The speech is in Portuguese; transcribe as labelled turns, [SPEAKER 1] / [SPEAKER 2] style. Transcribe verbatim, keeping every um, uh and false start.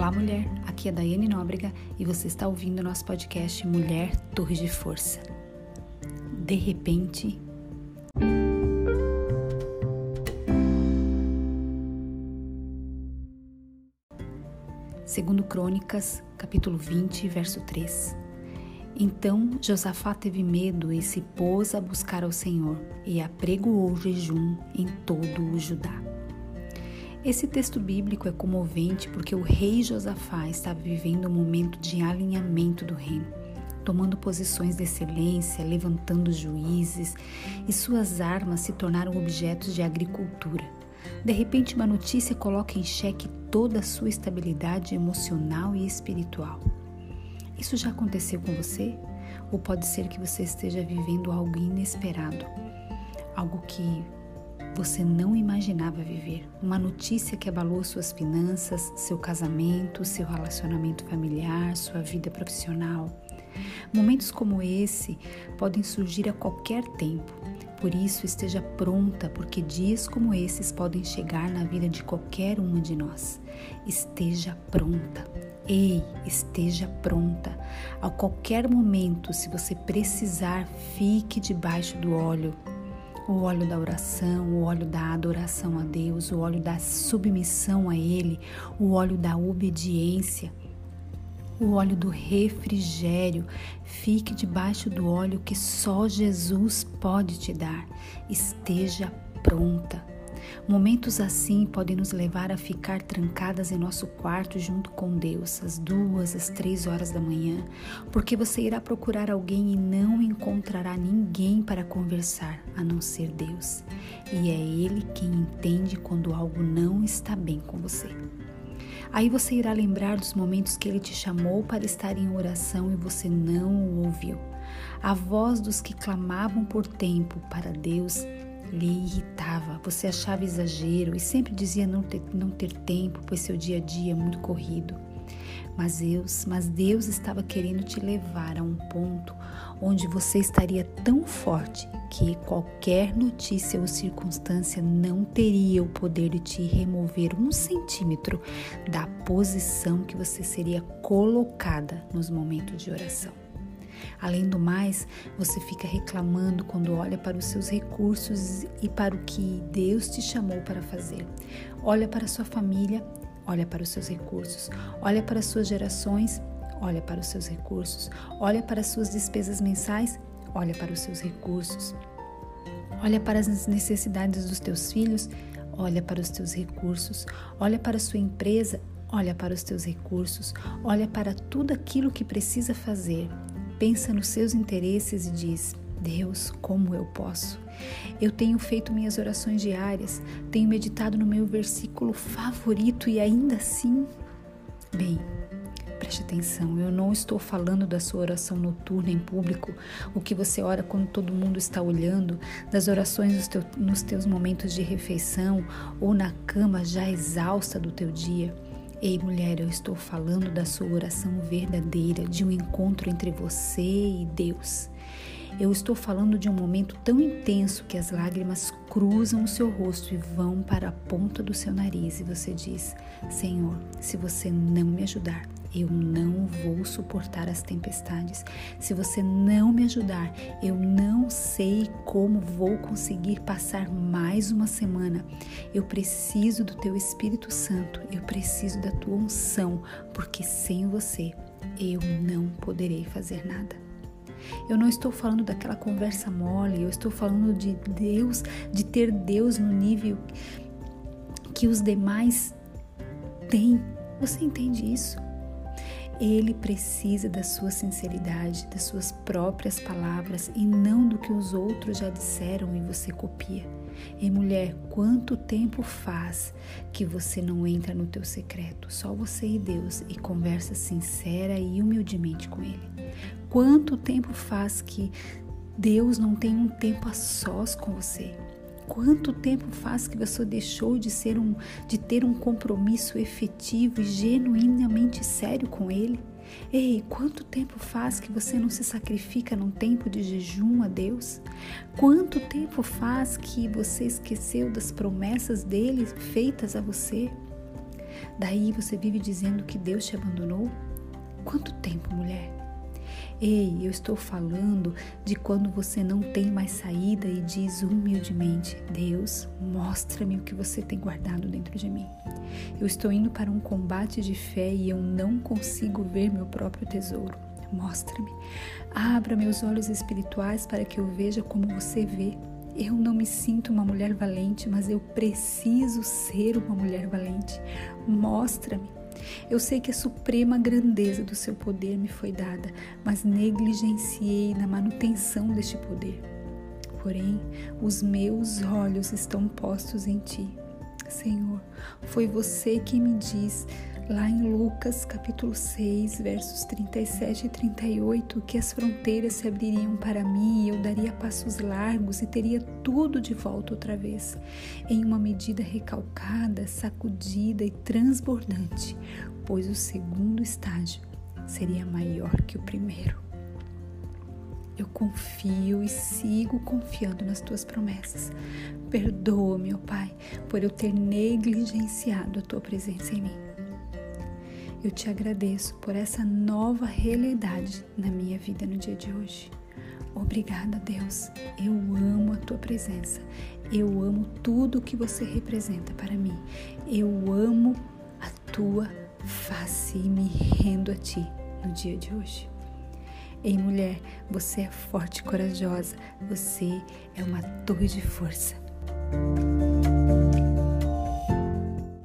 [SPEAKER 1] Olá, mulher, aqui é Daiane Nóbrega e você está ouvindo nosso podcast Mulher Torre de Força. De repente... Segundo Crônicas, capítulo vinte, verso três. Então Josafá teve medo e se pôs a buscar ao Senhor e apregoou jejum em todo o Judá. Esse texto bíblico é comovente porque o rei Josafá estava vivendo um momento de alinhamento do reino, tomando posições de excelência, levantando juízes, e suas armas se tornaram objetos de agricultura. De repente, uma notícia coloca em xeque toda a sua estabilidade emocional e espiritual. Isso já aconteceu com você? Ou pode ser que você esteja vivendo algo inesperado, algo que você não imaginava viver, uma notícia que abalou suas finanças, seu casamento, seu relacionamento familiar, sua vida profissional. Momentos como esse podem surgir a qualquer tempo, por isso esteja pronta, porque dias como esses podem chegar na vida de qualquer uma de nós. Esteja pronta. Ei, esteja pronta. A qualquer momento, se você precisar, fique debaixo do óleo. O óleo da oração, o óleo da adoração a Deus, o óleo da submissão a Ele, o óleo da obediência, o óleo do refrigério. Fique debaixo do óleo que só Jesus pode te dar. Esteja pronta. Momentos assim podem nos levar a ficar trancadas em nosso quarto junto com Deus, às duas, às três horas da manhã, porque você irá procurar alguém e não encontrará ninguém para conversar, a não ser Deus. E é Ele quem entende quando algo não está bem com você. Aí você irá lembrar dos momentos que Ele te chamou para estar em oração e você não o ouviu. A voz dos que clamavam por tempo para Deus lhe irritava, você achava exagero e sempre dizia não ter, não ter tempo, pois seu dia a dia é muito corrido. Mas Deus, mas Deus estava querendo te levar a um ponto onde você estaria tão forte que qualquer notícia ou circunstância não teria o poder de te remover um centímetro da posição que você seria colocada nos momentos de oração. Além do mais, você fica reclamando quando olha para os seus recursos e para o que Deus te chamou para fazer. Olha para a sua família, olha para os seus recursos. Olha para as suas gerações, olha para os seus recursos. Olha para as suas despesas mensais, olha para os seus recursos. Olha para as necessidades dos teus filhos, olha para os teus recursos. Olha para a sua empresa, olha para os teus recursos. Olha para tudo aquilo que precisa fazer. Pensa nos seus interesses e diz: Deus, como eu posso? Eu tenho feito minhas orações diárias, tenho meditado no meu versículo favorito e ainda assim... Bem, preste atenção, eu não estou falando da sua oração noturna em público, o que você ora quando todo mundo está olhando, das orações nos, teu, nos teus momentos de refeição ou na cama já exausta do teu dia. Ei, mulher, eu estou falando da sua oração verdadeira, de um encontro entre você e Deus. Eu estou falando de um momento tão intenso que as lágrimas cruzam o seu rosto e vão para a ponta do seu nariz e você diz: Senhor, se você não me ajudar, eu não vou suportar as tempestades. Se você não me ajudar, eu não sei como vou conseguir passar mais uma semana. Eu preciso do teu Espírito Santo, eu preciso da tua unção, porque sem você eu não poderei fazer nada. Eu não estou falando daquela conversa mole, eu estou falando de Deus, de ter Deus no nível que os demais têm. Você entende isso? Ele precisa da sua sinceridade, das suas próprias palavras e não do que os outros já disseram e você copia. E mulher, quanto tempo faz que você não entra no teu secreto, só você e Deus, e conversa sincera e humildemente com Ele? Quanto tempo faz que Deus não tem um tempo a sós com você? Quanto tempo faz que você deixou de, ser um, de ter um compromisso efetivo e genuinamente sério com Ele? Ei, quanto tempo faz que você não se sacrifica num tempo de jejum a Deus? Quanto tempo faz que você esqueceu das promessas dele feitas a você? Daí você vive dizendo que Deus te abandonou? Quanto tempo, mulher? Ei, eu estou falando de quando você não tem mais saída e diz humildemente: Deus, mostra-me o que você tem guardado dentro de mim. Eu estou indo para um combate de fé e eu não consigo ver meu próprio tesouro. Mostra-me. Abra meus olhos espirituais para que eu veja como você vê. Eu não me sinto uma mulher valente, mas eu preciso ser uma mulher valente. Mostra-me. Eu sei que a suprema grandeza do seu poder me foi dada, mas negligenciei na manutenção deste poder. Porém, os meus olhos estão postos em ti. Senhor, foi você que me diz, lá em Lucas capítulo seis, versos trinta e sete e trinta e oito, que as fronteiras se abririam para mim e eu daria passos largos e teria tudo de volta outra vez, em uma medida recalcada, sacudida e transbordante, pois o segundo estágio seria maior que o primeiro. Eu confio e sigo confiando nas tuas promessas. Perdoa-me, ó Pai, por eu ter negligenciado a tua presença em mim. Eu te agradeço por essa nova realidade na minha vida no dia de hoje. Obrigada, Deus. Eu amo a tua presença. Eu amo tudo que você representa para mim. Eu amo a tua face e me rendo a ti no dia de hoje. Ei, mulher, você é forte e corajosa. Você é uma torre de força.